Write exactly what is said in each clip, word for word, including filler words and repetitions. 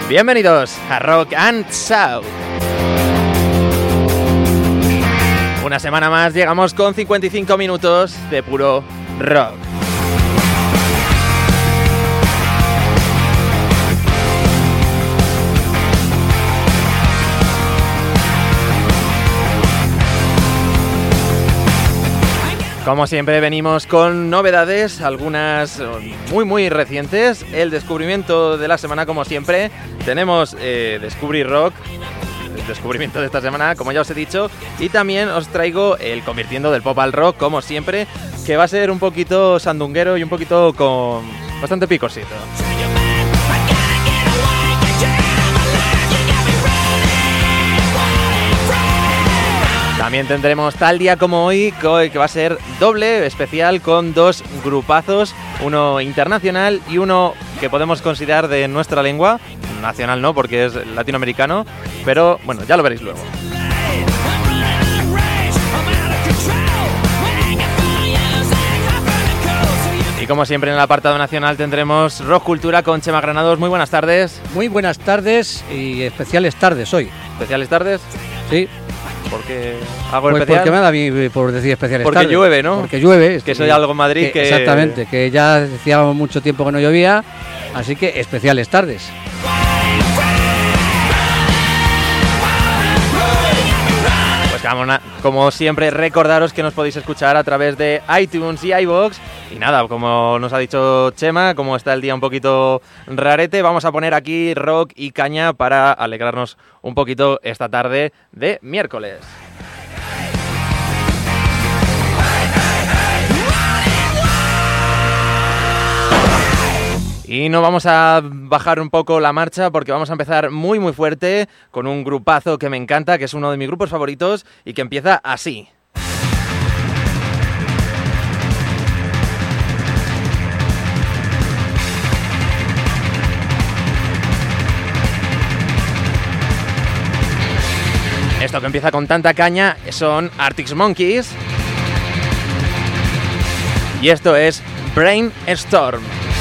Bienvenidos a Rock and Shout. Una semana más llegamos con cincuenta y cinco minutos de puro rock. Como siempre venimos con novedades, algunas muy muy recientes. El descubrimiento de la semana, como siempre, tenemos eh, Descubrir Rock, el descubrimiento de esta semana, como ya os he dicho, y también os traigo el convirtiendo del pop al rock, como siempre, que va a ser un poquito sandunguero y un poquito con bastante picosito. También tendremos tal día como hoy, que va a ser doble, especial, con dos grupazos, uno internacional y uno que podemos considerar de nuestra lengua, nacional no, porque es latinoamericano, pero bueno, ya lo veréis luego. Y como siempre en el apartado nacional tendremos Rock Cultura con Chema Granados. Muy buenas tardes. Muy buenas tardes y especiales tardes hoy. ¿Especiales tardes? Sí. ¿Por qué hago pues especial? Porque me da a mí por decir especiales Porque tardes. Porque llueve, ¿no? Porque llueve. Que soy algo en Madrid que, que... Exactamente, que ya decíamos mucho tiempo que no llovía, así que especiales tardes. Como siempre, recordaros que nos podéis escuchar a través de iTunes y iVoox. Y nada, como nos ha dicho Chema, como está el día un poquito rarete, vamos a poner aquí rock y caña para alegrarnos un poquito esta tarde de miércoles. Y no vamos a bajar un poco la marcha porque vamos a empezar muy muy fuerte con un grupazo que me encanta, que es uno de mis grupos favoritos y que empieza así. Esto que empieza con tanta caña son Arctic Monkeys y esto es Brainstorm.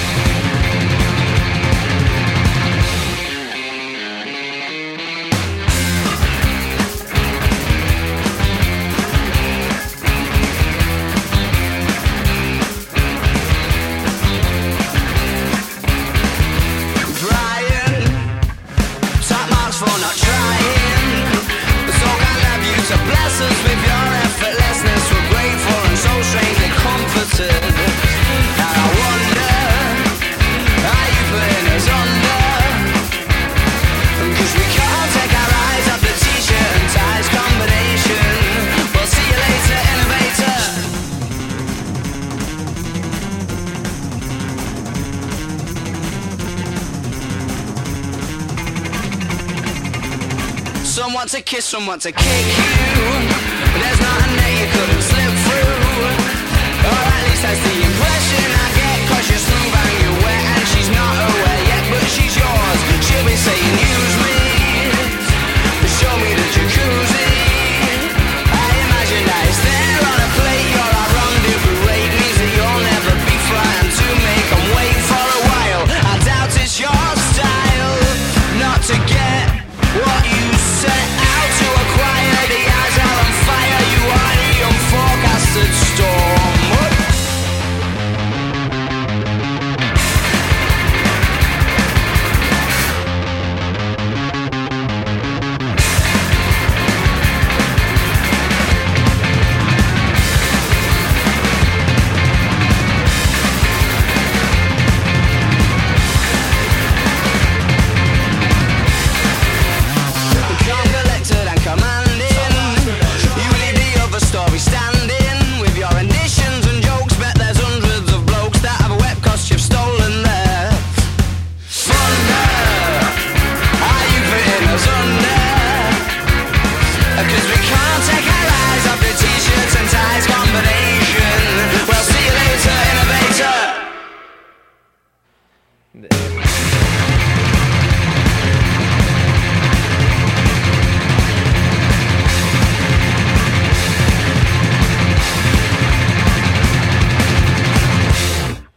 Someone to kiss, someone to kick you. There's nothing that you couldn't slip through. Or at least that's the impression I get. Cause you're smooth and you're wet and she's not aware yet, but she's yours. She'll be saying use me, show me the jacuzzi. I imagine that it's there on a plate. You're our rendezvous rate means that you'll never be flying to make them wait for a while. I doubt it's your style not to get what you set out to acquire. The eyes are on fire. You are the unforecasted storm.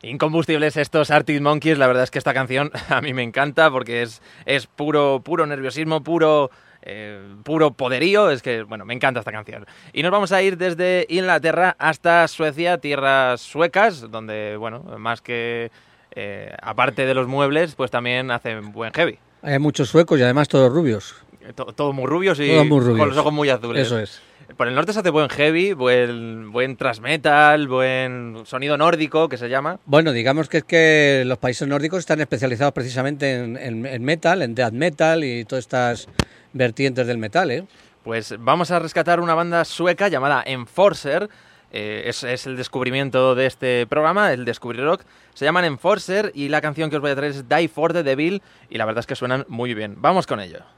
Incombustibles estos Arctic Monkeys, la verdad es que esta canción a mí me encanta porque es, es puro, puro nerviosismo, puro, eh, puro poderío, es que, bueno, me encanta esta canción. Y nos vamos a ir desde Inglaterra hasta Suecia, tierras suecas, donde, bueno, más que, eh, aparte de los muebles, pues también hacen buen heavy. Hay muchos suecos y además todos rubios. Todo, todo muy rubios y Todos muy rubios. Con los ojos muy azules. Eso es. Por el norte se hace buen heavy, buen, buen thrash metal, buen sonido nórdico, que se llama. Bueno, digamos que es que los países nórdicos están especializados precisamente en, en, en metal, en death metal y todas estas vertientes del metal, ¿eh? Pues vamos a rescatar una banda sueca llamada Enforcer. Eh, es, es el descubrimiento de este programa, el Descubrir Rock. Se llaman Enforcer y la canción que os voy a traer es Die for the Devil y la verdad es que suenan muy bien. Vamos con ello.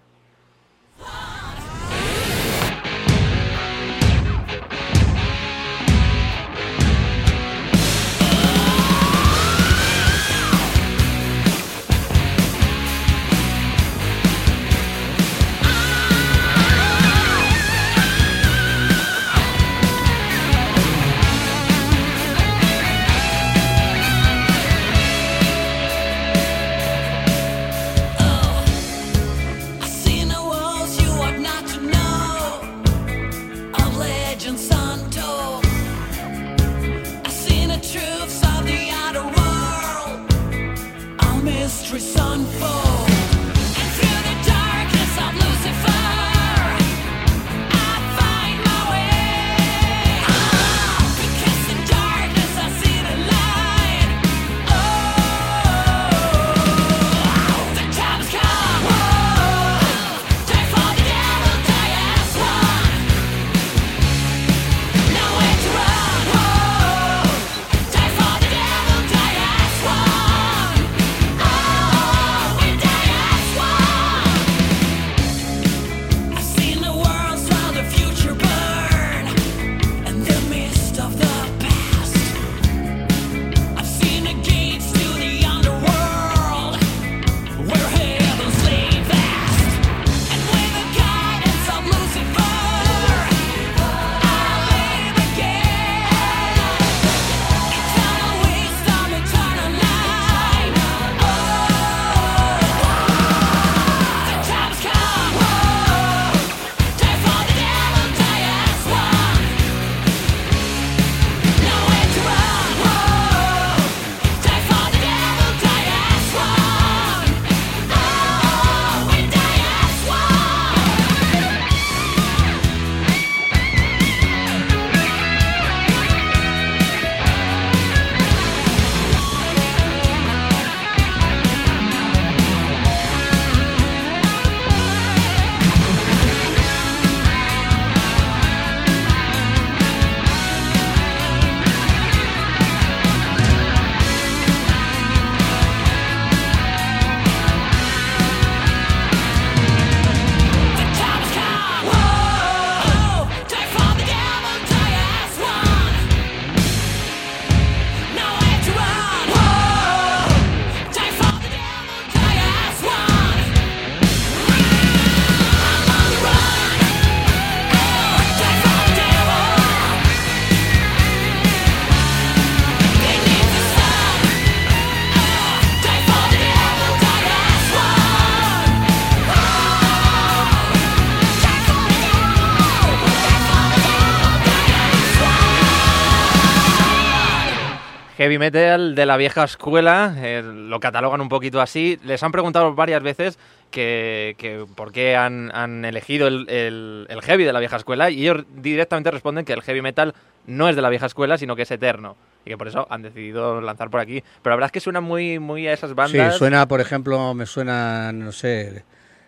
Heavy metal de la vieja escuela, eh, lo catalogan un poquito así. Les han preguntado varias veces que, que por qué han, han elegido el, el, el heavy de la vieja escuela y ellos directamente responden que el heavy metal no es de la vieja escuela, sino que es eterno. Y que por eso han decidido lanzar por aquí. Pero la verdad es que suena muy, muy a esas bandas. Sí, suena, por ejemplo, me suena, no sé,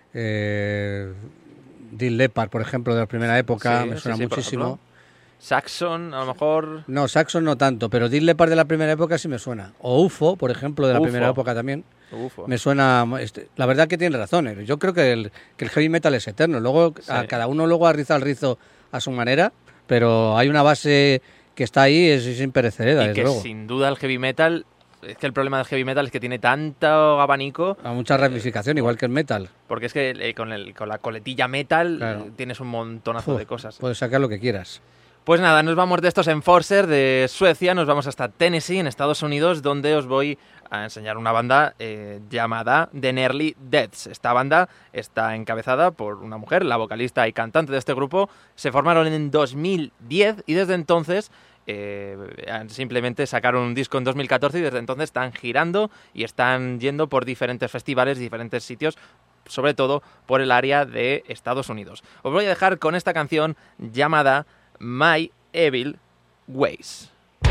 eh, Death Leppard, por ejemplo, de la primera época, Sí, me suena sí, sí, por muchísimo. ejemplo. Saxon, a lo mejor... No, Saxon no tanto, pero Death Leppard de la primera época sí me suena. O U F O, por ejemplo, de la U F O. primera época también. Ufo. Me suena... Este, la verdad que tiene razón. eh. Yo creo que el, que el heavy metal es eterno. Luego, Sí. a cada uno luego arriza el rizo a su manera, pero hay una base que está ahí, es, es imperecedera, Y desde que luego. sin duda el heavy metal... Es que el problema del heavy metal es que tiene tanto abanico, A mucha ramificación, igual que el metal. porque es que eh, con, el, con la coletilla metal Claro. eh, tienes un montonazo Uf, de cosas. Puedes sacar lo que quieras. Pues nada, nos vamos de estos Enforcer de Suecia, nos vamos hasta Tennessee, en Estados Unidos, donde os voy a enseñar una banda eh, llamada The Nearly Deads. Esta banda está encabezada por una mujer, la vocalista y cantante de este grupo. Se formaron en dos mil diez y desde entonces eh, simplemente sacaron un disco en dos mil catorce y desde entonces están girando y están yendo por diferentes festivales, diferentes sitios, sobre todo por el área de Estados Unidos. Os voy a dejar con esta canción llamada My Evil Ways.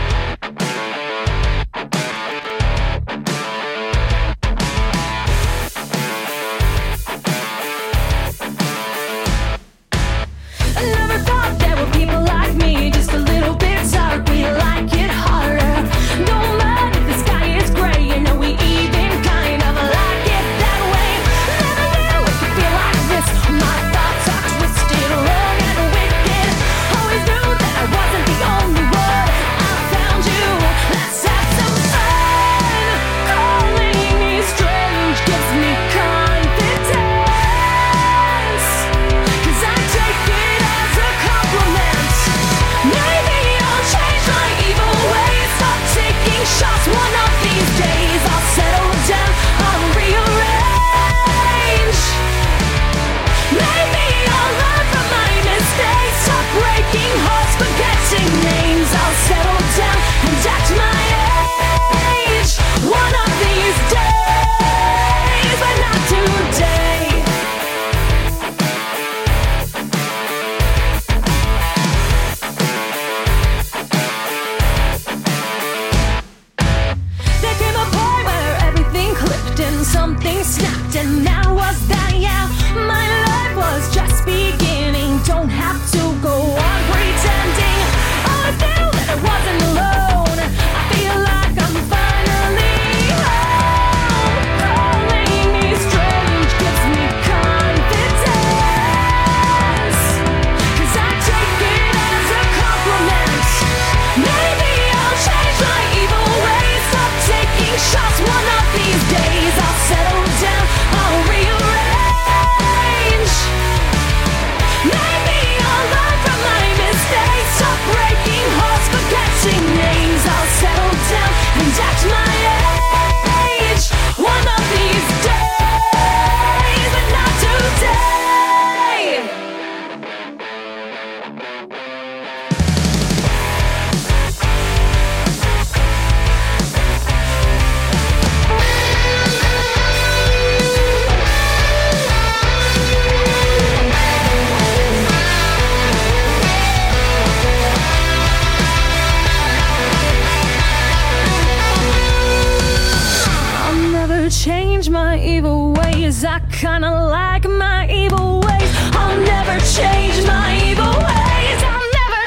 change my evil ways. I kinda like my evil ways. I'll never change my evil ways. I'll never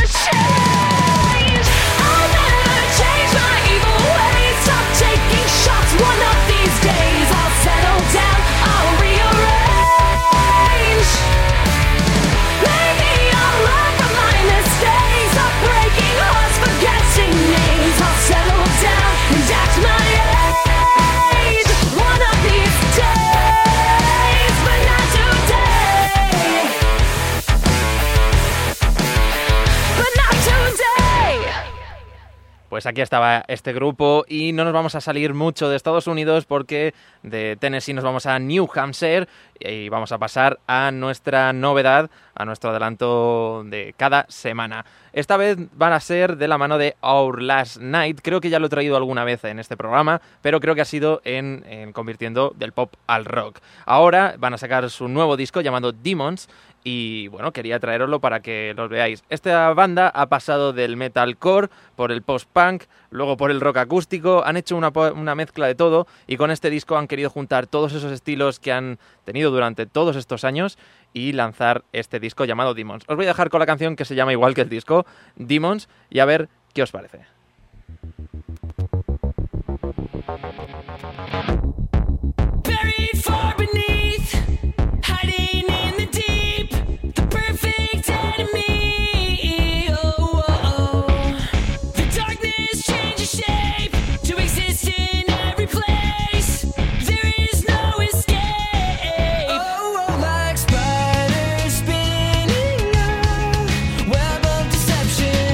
change. I'll never change my evil ways. Stop taking shots. One of these days I'll settle down. I'll rearrange. Maybe I'll learn from my mistakes. Stop breaking hearts, forgetting names. I'll settle down and act my age. One of these days, but not today. But not today. Pues aquí estaba este grupo y no nos vamos a salir mucho de Estados Unidos porque de Tennessee nos vamos a New Hampshire y vamos a pasar a nuestra novedad, a nuestro adelanto de cada semana. Esta vez van a ser de la mano de Our Last Night. Creo que ya lo he traído alguna vez en este programa, pero creo que ha sido en, en convirtiendo del pop al rock. Ahora van a sacar su nuevo disco llamado Demons. Y bueno, quería traeroslo para que los veáis. Esta banda ha pasado del metalcore por el post-punk, luego por el rock acústico, han hecho una, una mezcla de todo y con este disco han querido juntar todos esos estilos que han tenido durante todos estos años y lanzar este disco llamado Demons. Os voy a dejar con la canción que se llama igual que el disco, Demons, y a ver qué os parece. Very far beneath, hiding in the deep, the perfect enemy. Oh, oh, oh. The darkness changes shape to exist in every place. There is no escape. Oh, oh, like spiders spinning a web of deception.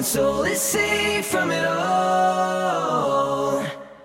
So they say from it all.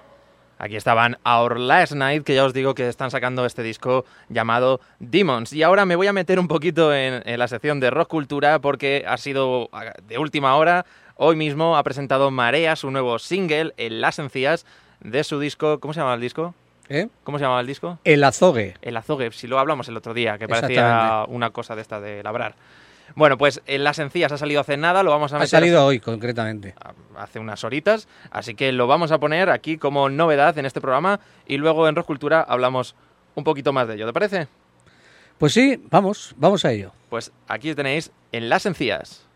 Aquí estaban Our Last Night, que ya os digo que están sacando este disco llamado Demons. Y ahora me voy a meter un poquito en, en la sección de rock cultura porque ha sido de última hora. Hoy mismo ha presentado Marea su nuevo single, en Las Encías, de su disco. ¿Cómo se llama el disco? ¿Eh? ¿Cómo se llamaba el disco? El Azogue. El Azogue, si lo hablamos el otro día, que parecía una cosa de esta de labrar. Bueno, pues en Las Encías ha salido hace nada, lo vamos a meter... Ha salido hoy, concretamente. Hace unas horitas, así que lo vamos a poner aquí como novedad en este programa y luego en Rock Cultura hablamos un poquito más de ello, ¿te parece? Pues sí, vamos, vamos a ello. Pues aquí tenéis en Las Encías.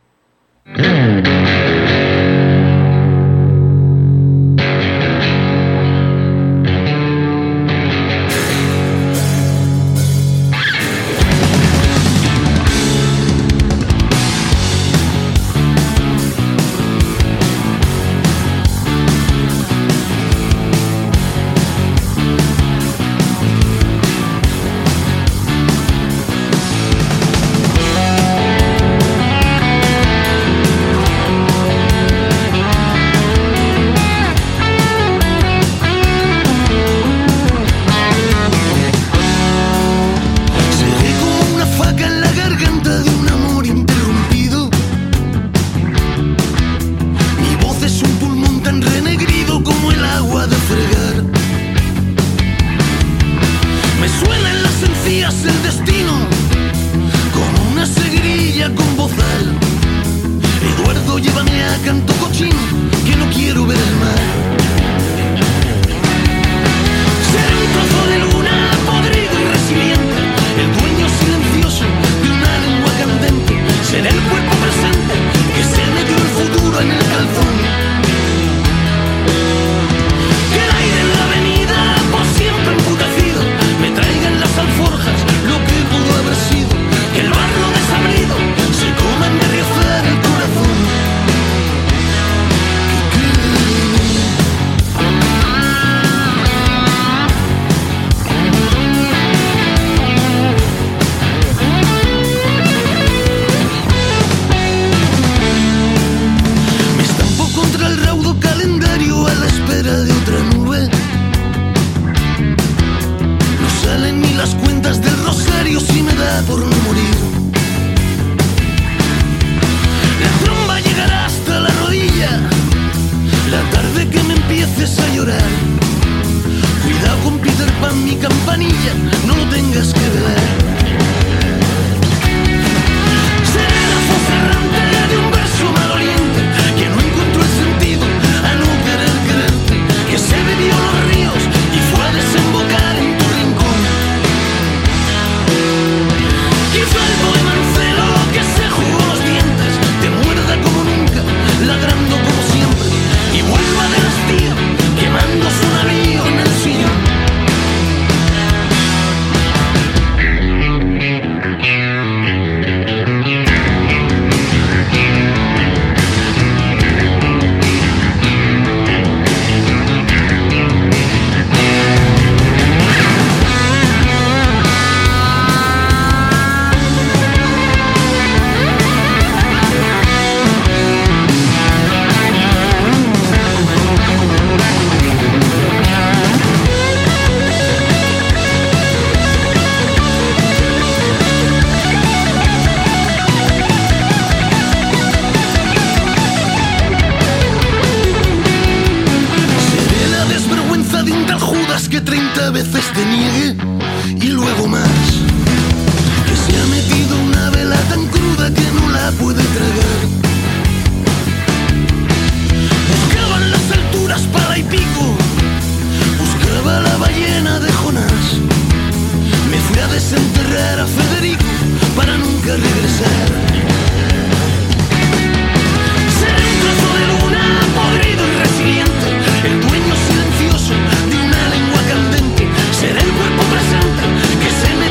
Seré el cuerpo presente que se me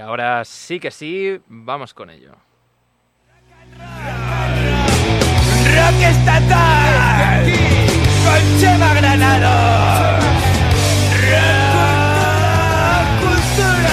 ahora sí que sí, vamos con ello. Rock estatal con Chema Granado. Rock cultura.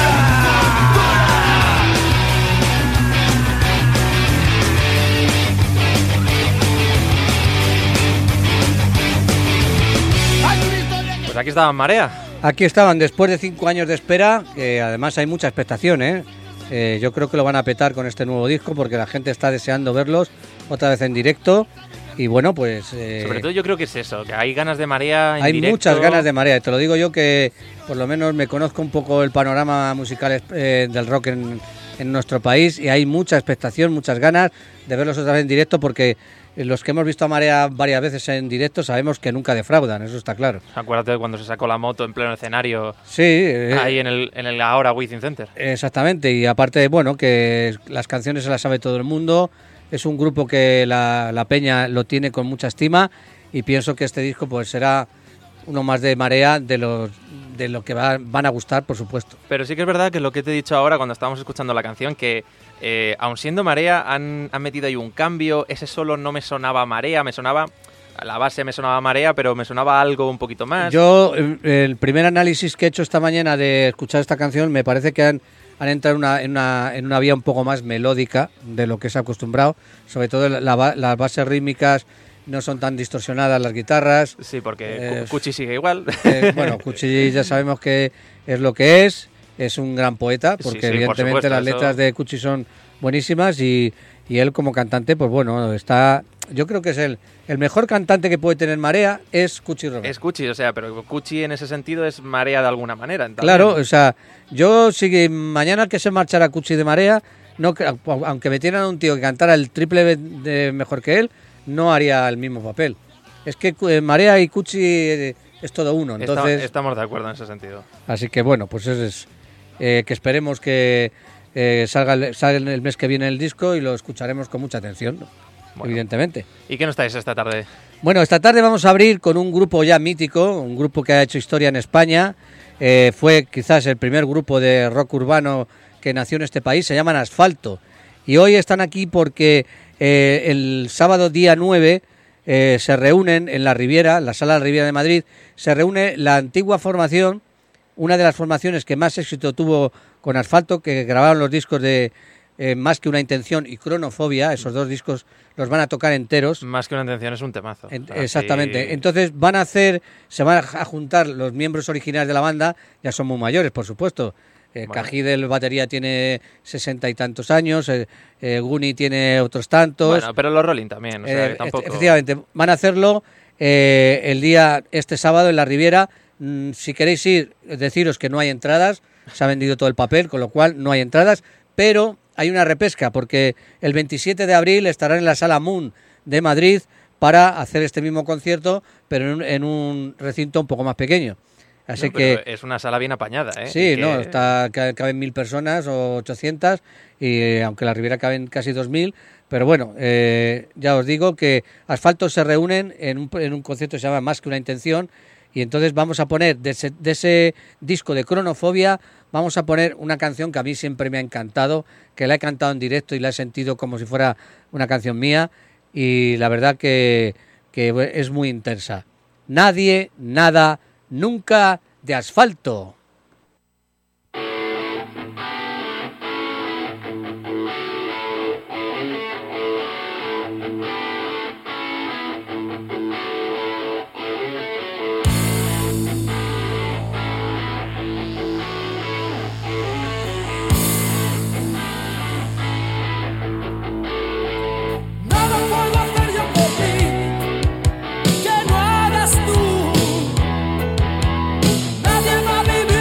Pues aquí estaba Marea. Aquí estaban después de cinco años de espera, que además hay mucha expectación, ¿eh? Eh, yo creo que lo van a petar con este nuevo disco porque la gente está deseando verlos otra vez en directo y bueno, pues... Eh, Sobre todo yo creo que es eso, que hay ganas de Marea en hay directo. muchas ganas de Marea, te lo digo yo que por lo menos me conozco un poco el panorama musical eh, del rock en, en nuestro país y hay mucha expectación, muchas ganas de verlos otra vez en directo porque... Los que hemos visto a Marea varias veces en directo sabemos que nunca defraudan, eso está claro. Acuérdate de cuando se sacó la moto en pleno escenario. Sí. Eh, ahí en el, en el ahora Wizzing Center. Exactamente, y aparte, bueno, que las canciones se las sabe todo el mundo. Es un grupo que la, la peña lo tiene con mucha estima y pienso que este disco pues será uno más de Marea de los de lo que va, van a gustar, por supuesto. Pero sí que es verdad que lo que te he dicho ahora cuando estábamos escuchando la canción, que eh, aun siendo Marea han, han metido ahí un cambio, ese solo no me sonaba Marea, me sonaba, a la base me sonaba Marea, pero me sonaba algo un poquito más. Yo, el primer análisis que he hecho esta mañana de escuchar esta canción, me parece que han, han entrado en una, en, una, en una vía un poco más melódica de lo que se ha acostumbrado, sobre todo la, la, las bases rítmicas, no son tan distorsionadas las guitarras. Sí, porque eh, Cuchi sigue igual. Eh, bueno, Cuchi ya sabemos que es lo que es, es un gran poeta, porque sí, sí, evidentemente por supuesto, las eso... letras de Cuchi son buenísimas y, y él como cantante, pues bueno, está... Yo creo que es el, el mejor cantante que puede tener Marea es Cuchi Romero. Es Cuchi, o sea, pero Cuchi en ese sentido es Marea de alguna manera. También. Claro, o sea, yo si mañana que se marchara Cuchi de Marea, no, aunque metieran a un tío que cantara el triple de mejor que él, no haría el mismo papel. Es que eh, Marea y Cuchi eh, es todo uno, entonces... Está, estamos de acuerdo en ese sentido. Así que bueno, pues es, es eh, que esperemos que eh, salga, salga el mes que viene el disco y lo escucharemos con mucha atención, ¿no? Bueno, evidentemente. ¿Y qué nos traes esta tarde? Bueno, esta tarde vamos a abrir con un grupo ya mítico, un grupo que ha hecho historia en España. Eh, fue quizás el primer grupo de rock urbano que nació en este país, se llaman Asfalto. Y hoy están aquí porque eh, el sábado día nueve eh, se reúnen en la Riviera, la Sala de la Riviera de Madrid, se reúne la antigua formación, una de las formaciones que más éxito tuvo con Asfalto, que grabaron los discos de eh, Más que una intención y Cronofobia, esos dos discos los van a tocar enteros. Más que una intención es un temazo. En, exactamente. Entonces van a hacer, se van a juntar los miembros originales de la banda, ya son muy mayores, por supuesto. Eh, bueno. Cají del batería tiene sesenta y tantos años, eh, eh, Guni tiene otros tantos. Bueno, pero los Rolling también, o sea, eh, que tampoco... Efectivamente, van a hacerlo eh, el día, este sábado en la Riviera. Mm, si queréis ir, deciros que no hay entradas, se ha vendido todo el papel, con lo cual no hay entradas, pero hay una repesca, porque el veintisiete de abril estarán en la Sala Moon de Madrid para hacer este mismo concierto, pero en un, en un recinto un poco más pequeño. Así no, que que es una sala bien apañada, ¿eh? Sí, que... no, está caben mil personas o ochocientas y eh, aunque la Riviera caben casi dos mil, pero bueno, eh, ya os digo que Asfalto se reúnen en un, en un concierto que se llama Más que una intención y entonces vamos a poner de ese, de ese disco de Cronofobia vamos a poner una canción que a mí siempre me ha encantado, que la he cantado en directo y la he sentido como si fuera una canción mía y la verdad que, que es muy intensa. Nadie, nada, nunca de Asfalto. Nadie va a vivir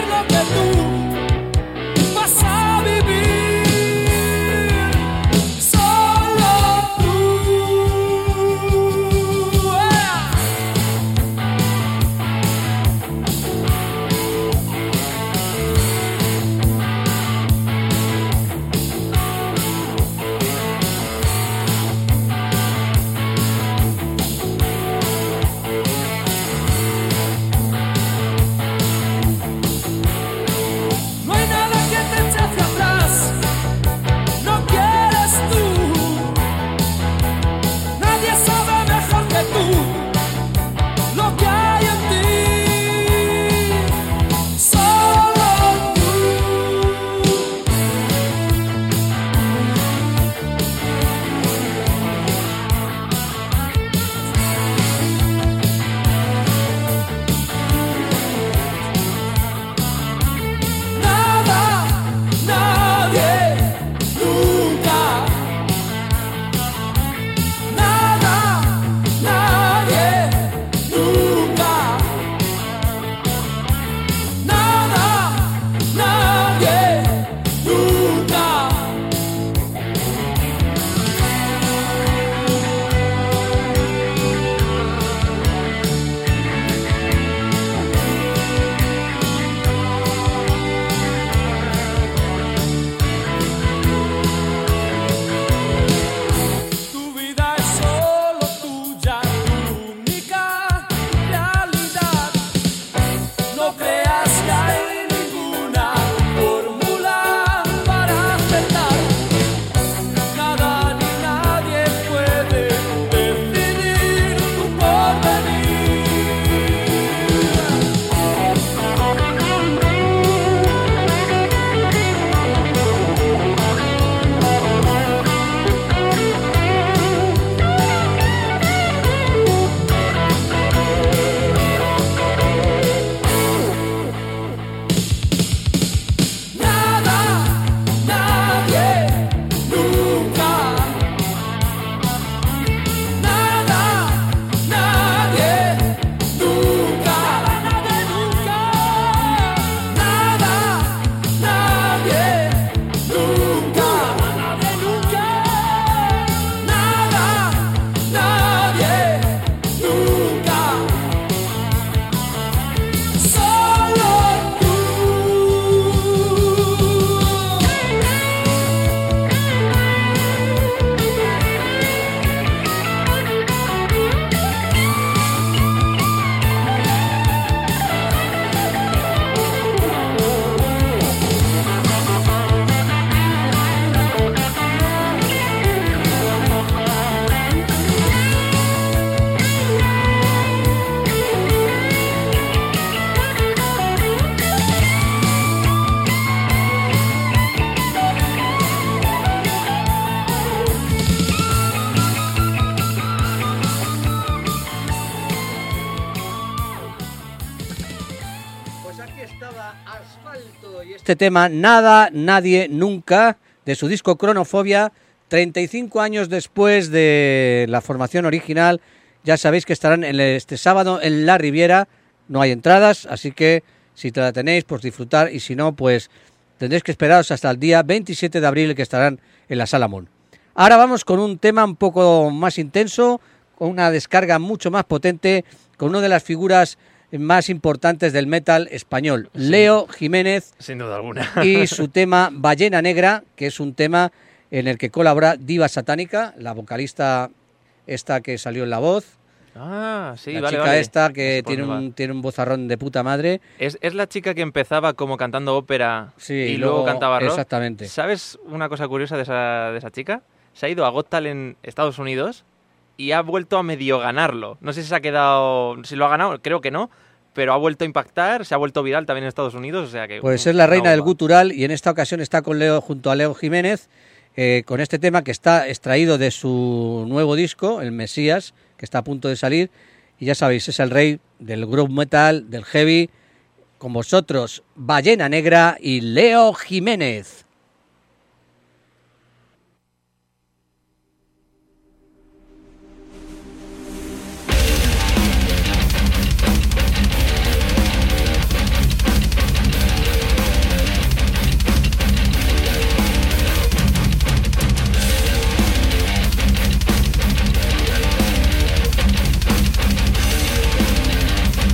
este tema Nada, Nadie, Nunca, de su disco Cronofobia, treinta y cinco años después de la formación original. Ya sabéis que estarán el, este sábado en La Riviera, no hay entradas, así que si te la tenéis, pues disfrutar, y si no, pues tendréis que esperaros hasta el día veintisiete de abril, que estarán en la Sala Mon. Ahora vamos con un tema un poco más intenso, con una descarga mucho más potente, con una de las figuras más importantes del metal español, sí. Leo Jiménez, sin duda alguna, y su tema Ballena Negra, que es un tema en el que colabora Diva Satánica, la vocalista esta que salió en La Voz. Ah, sí, la vale, chica vale. esta que tiene un, tiene un vozarrón de puta madre. Es, es la chica que empezaba como cantando ópera, sí, y luego, luego cantaba rock. Exactamente. ¿Sabes una cosa curiosa de esa, de esa chica? Se ha ido a Got Talent Estados Unidos y ha vuelto a medio ganarlo. No sé si se ha quedado, si lo ha ganado, creo que no, pero ha vuelto a impactar, se ha vuelto viral también en Estados Unidos, o sea que... Pues es la reina del gutural, y en esta ocasión está con Leo, junto a Leo Jiménez, eh, con este tema que está extraído de su nuevo disco, El Mesías, que está a punto de salir, y ya sabéis, es el rey del groove metal, del heavy. Con vosotros, Ballena Negra y Leo Jiménez.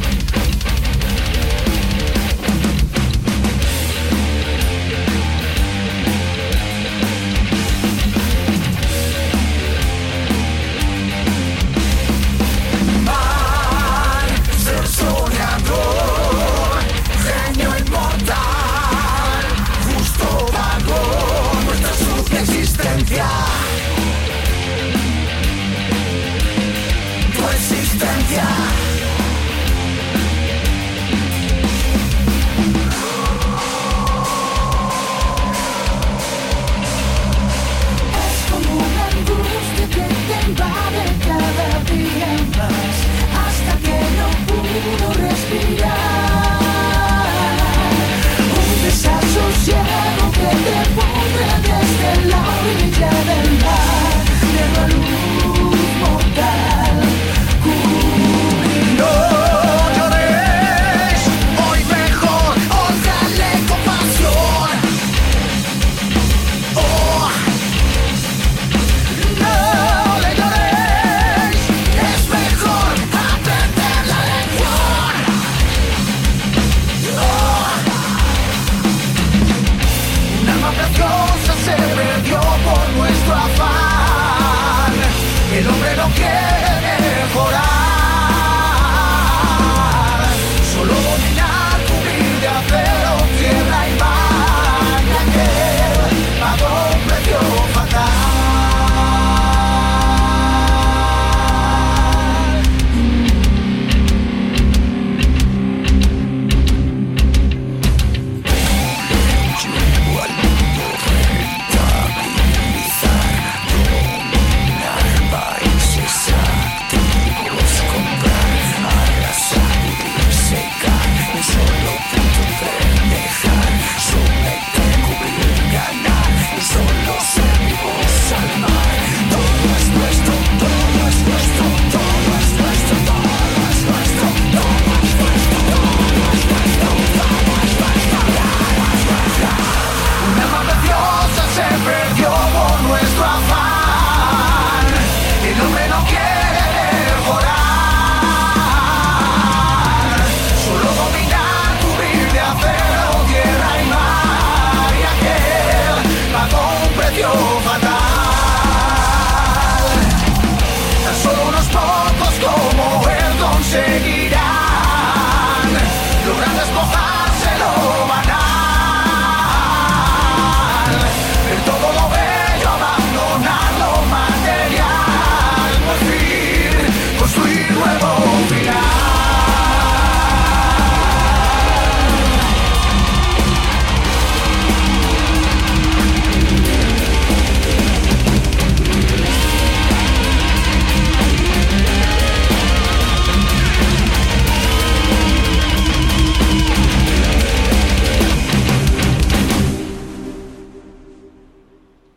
We'll be right back.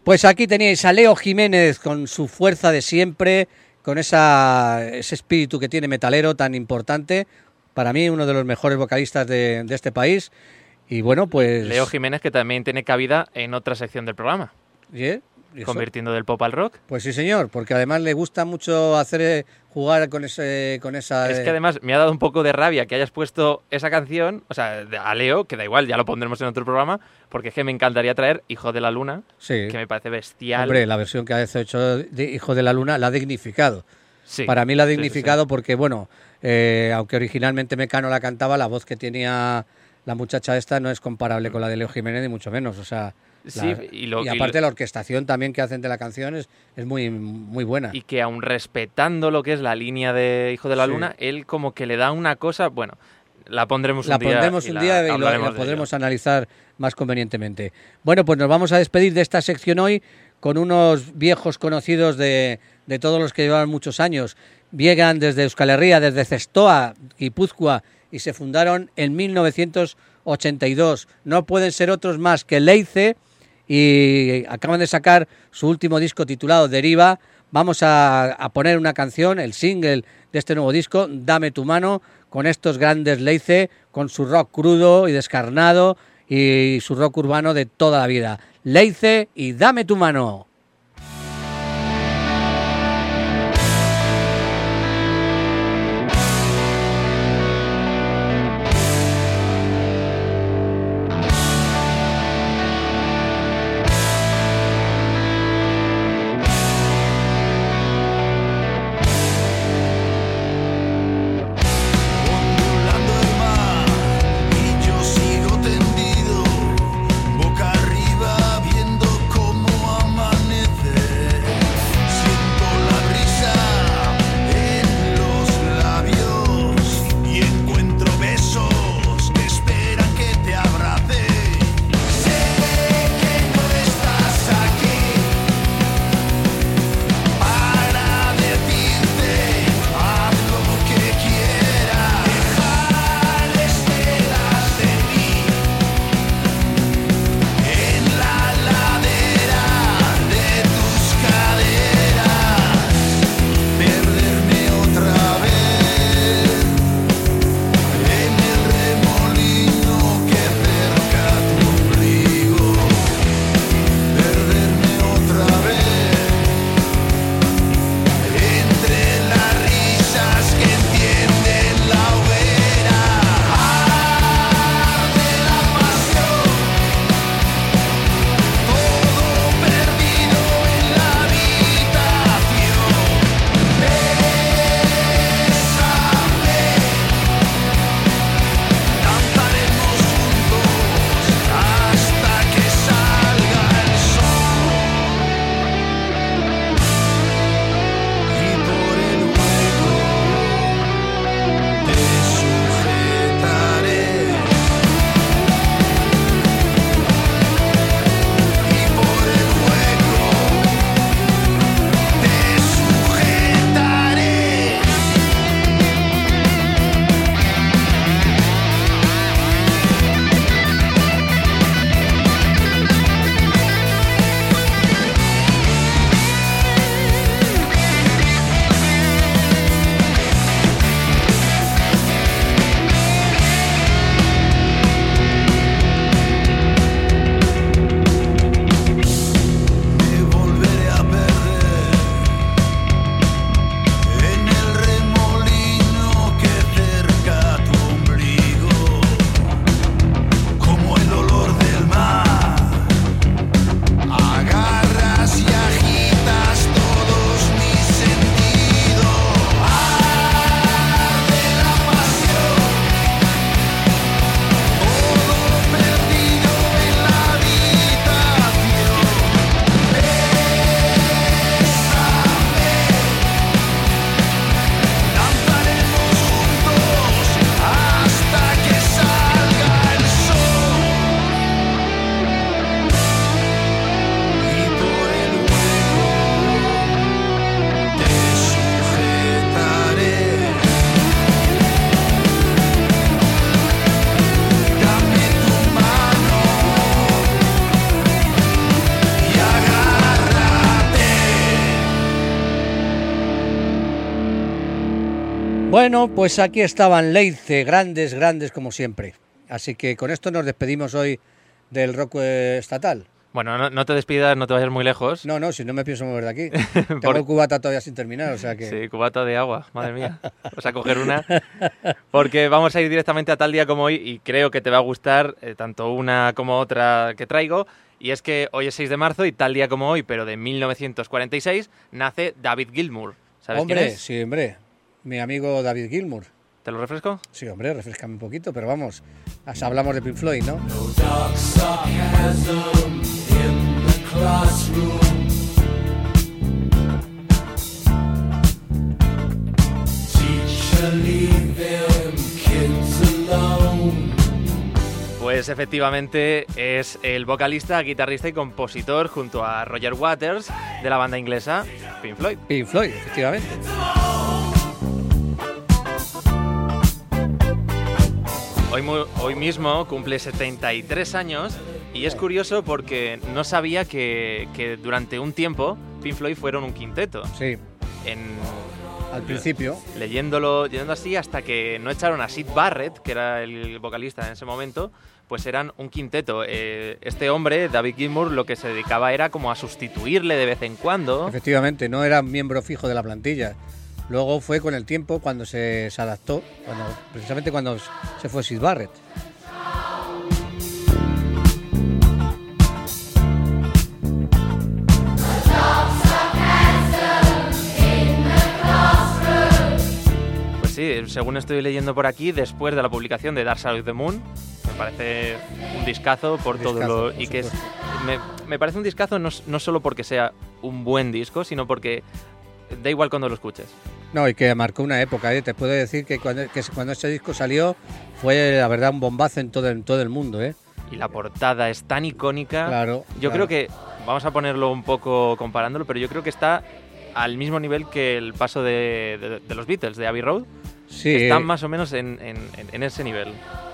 Pues aquí teníais a Leo Jiménez con su fuerza de siempre, con esa, ese espíritu que tiene metalero tan importante. Para mí, uno de los mejores vocalistas de, de este país. Y bueno, pues... Leo Jiménez, que también tiene cabida en otra sección del programa. ¿Sí? ¿Y eso? Convirtiendo del pop al rock. Pues sí, señor, porque además le gusta mucho hacer eh, jugar con ese con esa... Es eh, que además me ha dado un poco de rabia que hayas puesto esa canción, o sea, de- a Leo, que da igual, ya lo pondremos en otro programa, porque es que me encantaría traer Hijo de la Luna, Sí. que me parece bestial. Hombre, la versión que ha hecho de Hijo de la Luna la ha dignificado. Sí, Para mí la ha sí, sí, dignificado sí. porque, bueno, eh, aunque originalmente Mecano la cantaba, la voz que tenía la muchacha esta no es comparable con la de Leo Jiménez, ni mucho menos. O sea, Sí, la- y lo- y aparte lo- la orquestación también que hacen de la canción es, es muy, muy buena. Y que aun respetando lo que es la línea de Hijo de la Sí. Luna, él como que le da una cosa, bueno, la pondremos La un día. pondremos y un la día y lo, hablaremos la de podremos ello. analizar más convenientemente. Bueno, pues nos vamos a despedir de esta sección hoy con unos viejos conocidos de, de todos los que llevan muchos años. Llegan desde Euskal Herria, desde Zestoa, Guipúzcoa, y se fundaron en mil novecientos ochenta y dos. No pueden ser otros más que Leice, y acaban de sacar su último disco titulado Deriva. Vamos a, a poner una canción, el single de este nuevo disco, Dame tu mano, con estos grandes Leice, con su rock crudo y descarnado y su rock urbano de toda la vida. Leice y Dame tu mano. Ondulando el mar y yo sigo tendido, boca arriba viendo cómo amanece. Bueno, pues aquí estaban Leice, grandes, grandes como siempre. Así que con esto nos despedimos hoy del rock eh, estatal. Bueno, no, no te despidas, no te vayas muy lejos. No, no, si no me pienso mover de aquí. Tengo Por- el cubata todavía sin terminar, o sea que... Sí, cubata de agua, madre mía. Vas a coger una. Porque vamos a ir directamente a tal día como hoy y creo que te va a gustar eh, tanto una como otra que traigo. Y es que hoy es seis de marzo y tal día como hoy, pero de mil novecientos cuarenta y seis, nace David Gilmour. ¿Sabes Hombre, quién es? sí, hombre. Mi amigo David Gilmour. ¿Te lo refresco? Sí, hombre, refrescame un poquito, pero vamos, as- hablamos de Pink Floyd, ¿no? Dark sarcasm in the classroom. Teacher, leave them kids alone. Pues efectivamente es el vocalista, guitarrista y compositor junto a Roger Waters de la banda inglesa Pink Floyd. Pink Floyd, efectivamente. Hoy, mu- hoy mismo cumple setenta y tres años y es curioso porque no sabía que, que durante un tiempo Pink Floyd fueron un quinteto. Sí, En, al principio. leyéndolo, leyendo así hasta que no echaron a Sid Barrett, que era el vocalista en ese momento, pues eran un quinteto. Eh, este hombre, David Gilmour, lo que se dedicaba era como a sustituirle de vez en cuando. Efectivamente, no era miembro fijo de la plantilla. Luego fue con el tiempo cuando se, se adaptó, cuando, precisamente cuando se fue Sid Barrett. Pues sí, según estoy leyendo por aquí, después de la publicación de Dark Side of the Moon, me parece un discazo por Un todo discazo, lo... por Y que es, supuesto. me, me parece un discazo no, no solo porque sea un buen disco, sino porque da igual cuando lo escuches. No, y que marcó una época, ¿eh? Te puedo decir que cuando, que cuando ese disco salió fue, la verdad, un bombazo en todo, en todo el mundo, ¿eh? Y la portada es tan icónica. Claro, Yo claro. creo que, vamos a ponerlo un poco comparándolo, pero yo creo que está al mismo nivel que el paso de, de- de los Beatles, de Abbey Road. Sí, Están eh, más o menos en, en- en- en ese nivel.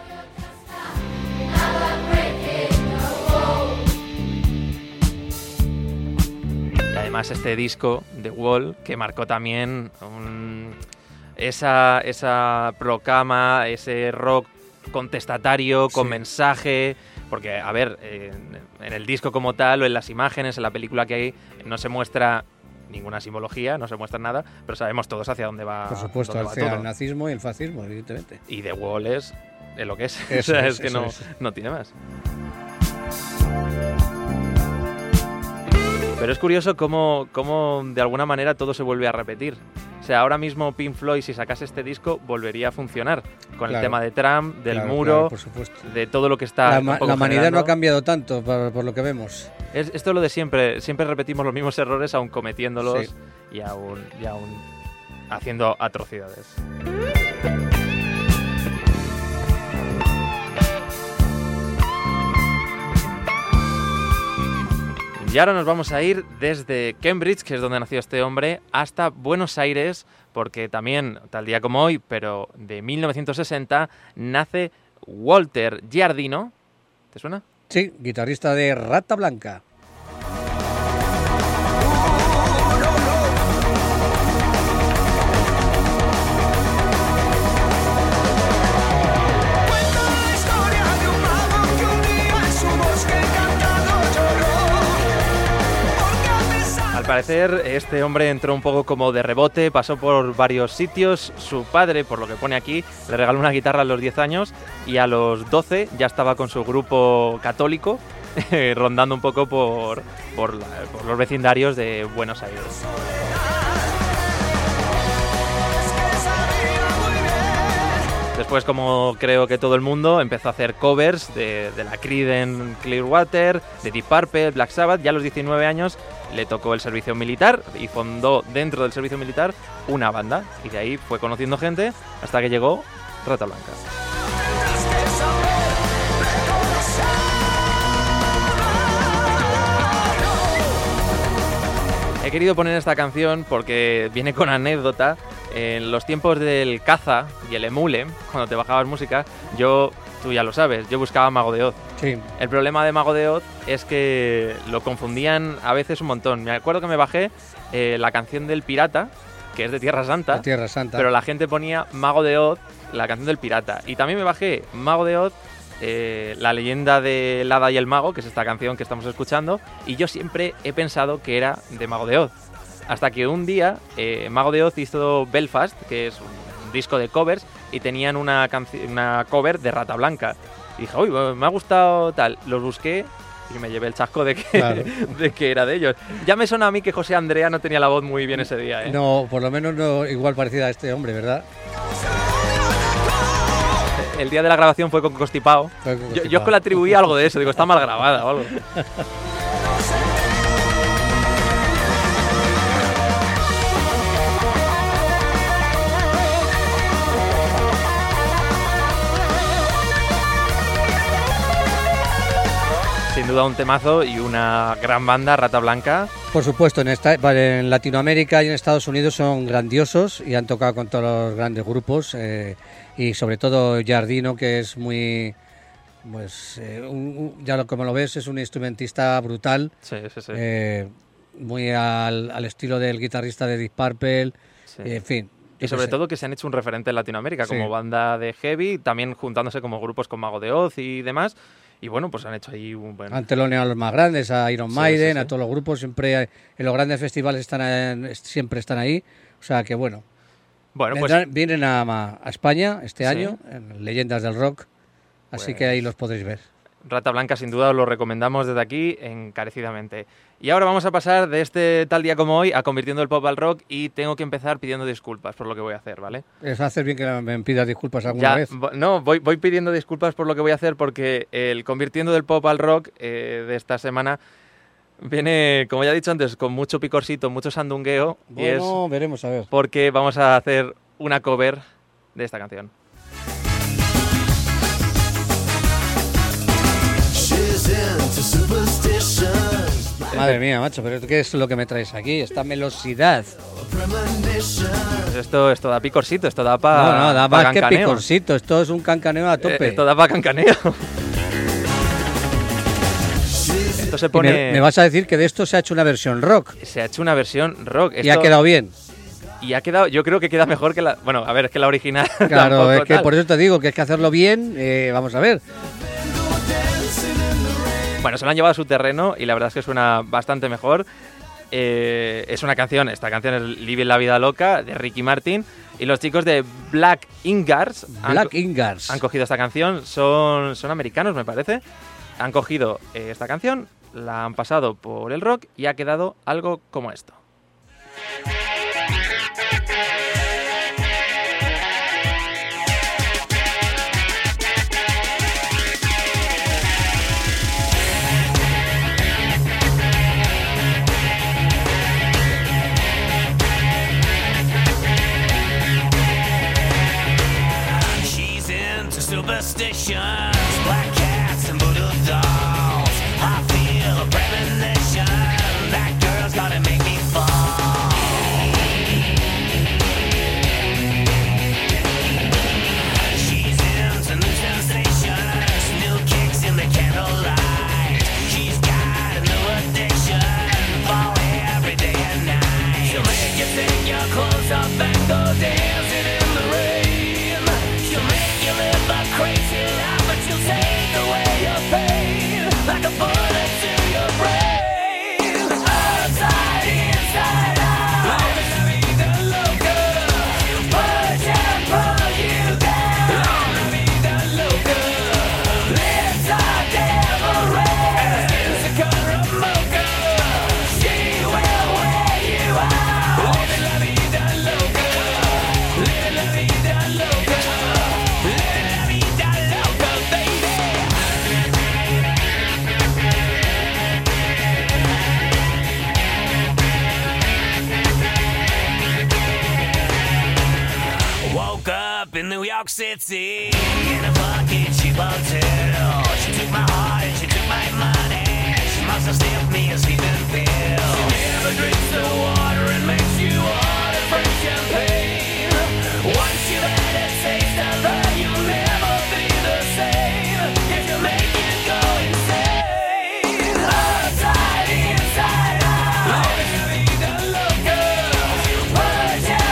Y además este disco, The Wall, que marcó también un- esa, esa proclama, ese rock contestatario, con Sí. mensaje, porque, a ver, eh, en el disco como tal, o en las imágenes, en la película que hay, no se muestra ninguna simbología, no se muestra nada, pero sabemos todos hacia dónde va, por supuesto, dónde va hacia todo. el nazismo y el fascismo, evidentemente. Y The Wall es, es lo que es. Eso O sea, es, es que eso no, es. no tiene más. Pero es curioso cómo, cómo de alguna manera todo se vuelve a repetir. O sea, ahora mismo Pink Floyd, si sacase este disco, volvería a funcionar. Con el Claro. tema de Trump, del Claro, muro, claro, por supuesto. de todo lo que está La, un ma- poco la humanidad generando. no ha cambiado tanto, por, por lo que vemos. Es, esto es lo de siempre. Siempre repetimos los mismos errores, aún cometiéndolos Sí. y, aún, y aún haciendo atrocidades. Y ahora nos vamos a ir desde Cambridge, que es donde nació este hombre, hasta Buenos Aires, porque también, tal día como hoy, pero de mil novecientos sesenta, nace Walter Giardino. ¿Te suena? Sí, guitarrista de Rata Blanca. Cuenta la historia de un mago que un día en su bosque encantado lloró. Porque a pesar Al parecer, este hombre entró un poco como de rebote, pasó por varios sitios. Su padre, por lo que pone aquí, le regaló una guitarra a los diez años y a los doce ya estaba con su grupo católico eh, rondando un poco por, por, la- por los vecindarios de Buenos Aires. Después, como creo que todo el mundo, empezó a hacer covers de, de la Creedence Clearwater, de Deep Purple, Black Sabbath. Ya a los diecinueve años le tocó el servicio militar y fundó dentro del servicio militar una banda. Y de ahí fue conociendo gente hasta que llegó Rata Blanca. He querido poner esta canción porque viene con anécdota. En los tiempos del caza y el emule, cuando te bajabas música, yo, tú ya lo sabes, yo buscaba Mago de Oz. Sí, El problema de Mago de Oz es que lo confundían a veces un montón. Me acuerdo que me bajé eh, la canción del pirata que es de Tierra Santa, De Tierra Santa. pero la gente ponía Mago de Oz, la canción del pirata. Y también me bajé Mago de Oz, eh, la leyenda del Hada y el Mago, que es esta canción que estamos escuchando, y yo siempre he pensado que era de Mago de Oz. Hasta que un día eh, Mago de Oz hizo Belfast, que es un disco de covers, y tenían una, canci- una cover de Rata Blanca. Y dije, uy, me ha gustado tal. Los busqué y me llevé el chasco de que, Claro. de que era de ellos. Ya me suena a mí que José Andrea no tenía la voz muy bien ese día, ¿eh? No, por lo menos no igual parecida a este hombre, ¿verdad? El día de la grabación fue con Constipado. Fue con Yo, yo Constipado. es que le atribuí algo de eso, digo, está mal grabada o algo. Sin duda un temazo y una gran banda, Rata Blanca. Por supuesto, en, esta, vale, en Latinoamérica y en Estados Unidos son grandiosos y han tocado con todos los grandes grupos eh, y sobre todo Giardino, que es muy, pues eh, un- un- ya lo, como lo ves, es un instrumentista brutal, Sí, sí, sí. eh, muy al, al estilo del guitarrista de Deep Purple, Sí. en fin. Y yo sobre qué sé. todo que se han hecho un referente en Latinoamérica Sí. como banda de heavy, también juntándose como grupos con Mago de Oz y demás. Y bueno, pues han hecho ahí un buen... Han teloneado a los más grandes, a Iron Sí, Maiden, sí, sí. a todos los grupos, siempre hay- en los grandes festivales están en- siempre están ahí, o sea que bueno. Bueno, pues Vendrán- vienen a, Ma- a España este Sí. año, en Leyendas del Rock, así Pues- que ahí los podréis ver. Rata Blanca sin duda os lo recomendamos desde aquí encarecidamente. Y ahora vamos a pasar de este tal día como hoy a convirtiendo el pop al rock y tengo que empezar pidiendo disculpas por lo que voy a hacer, ¿vale? Es hacer bien que me pidas disculpas alguna Ya, vez. vo- no, voy, voy pidiendo disculpas por lo que voy a hacer porque el convirtiendo del pop al rock eh, de esta semana viene, como ya he dicho antes, con mucho picorcito, mucho sandungueo y es Bueno, veremos a ver. porque vamos a hacer una cover de esta canción. She's into superstitions, Madre mía, macho, pero ¿qué es lo que me traes aquí? Esta velocidad. premonitions. Pues esto, esto da picorcito, esto da para no, no, da más que picorcito, esto es un cancaneo a tope. Eh, esto da para cancaneo. Esto se Y pone... me, me vas a decir que de esto se ha hecho una versión rock Se ha hecho una versión rock. y ha Esto- quedado bien. Y ha quedado... Yo creo que queda mejor que la... Bueno, a ver, es que la original... Claro, tampoco es que tal. por eso te digo que hay que hacerlo bien. eh, vamos a ver. Bueno, se lo han llevado a su terreno y la verdad es que suena bastante mejor. Eh, es una canción, esta canción es Living la Vida Loca, de Ricky Martin. Y los chicos de Black Ingars han Black co- Ingars. han cogido esta canción, son, son americanos me parece, han cogido eh, esta canción, la han pasado por el rock y ha quedado algo como esto. She's into superstitions, black cats and voodoo dolls. I feel a premonition. That girl's gonna make me fall. She's into new sensations, new kicks in the candlelight. She's got a new addiction for every day and night. She'll make you take your clothes off and go dancing in the rain. She'll make you live a crazy life, but she'll take away your pain like a bullet to your brain. Outside, inside out. Living la vida loca. She'll push and pull you down. La vida loca. Lips are devil red. Skin's the color of mocha. She will wear you out. Living la vida loca. Living la vida loca. Living la vida loca, baby. Woke up in New York City in a fucking cheap hotel. She took my heart and she took my money. She must have slipped me a sleeping pill. She never drinks the water and makes you order French champagne. Once you had a taste of her, you'll never be the same. If you make it go insane, outside, inside out. Living la vida loca. Push and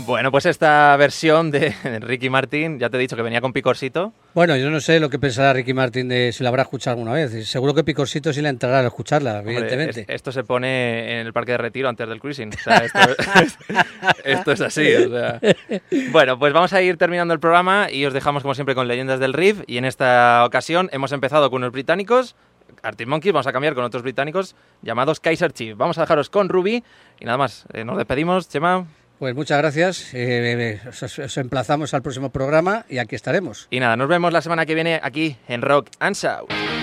Bueno, pues esta versión de Ricky Martin, ya te he dicho que venía con picorcito. Bueno, yo no sé lo que pensará Ricky Martin de si la habrá escuchado alguna vez. Seguro que Picorcito sí le entrará a escucharla, Hombre, evidentemente. es- esto se pone en el parque de retiro antes del cruising. O sea, esto, es, esto es así. O sea. Bueno, pues vamos a ir terminando el programa y os dejamos como siempre con Leyendas del Riff. Y en esta ocasión hemos empezado con unos británicos, Arctic Monkeys, vamos a cambiar con otros británicos llamados Kaiser Chief. Vamos a dejaros con Ruby y nada más. Eh, nos despedimos, Chema. Pues muchas gracias. Eh, os, os emplazamos al próximo programa y aquí estaremos. Y nada, nos vemos la semana que viene aquí en Rock and Shout.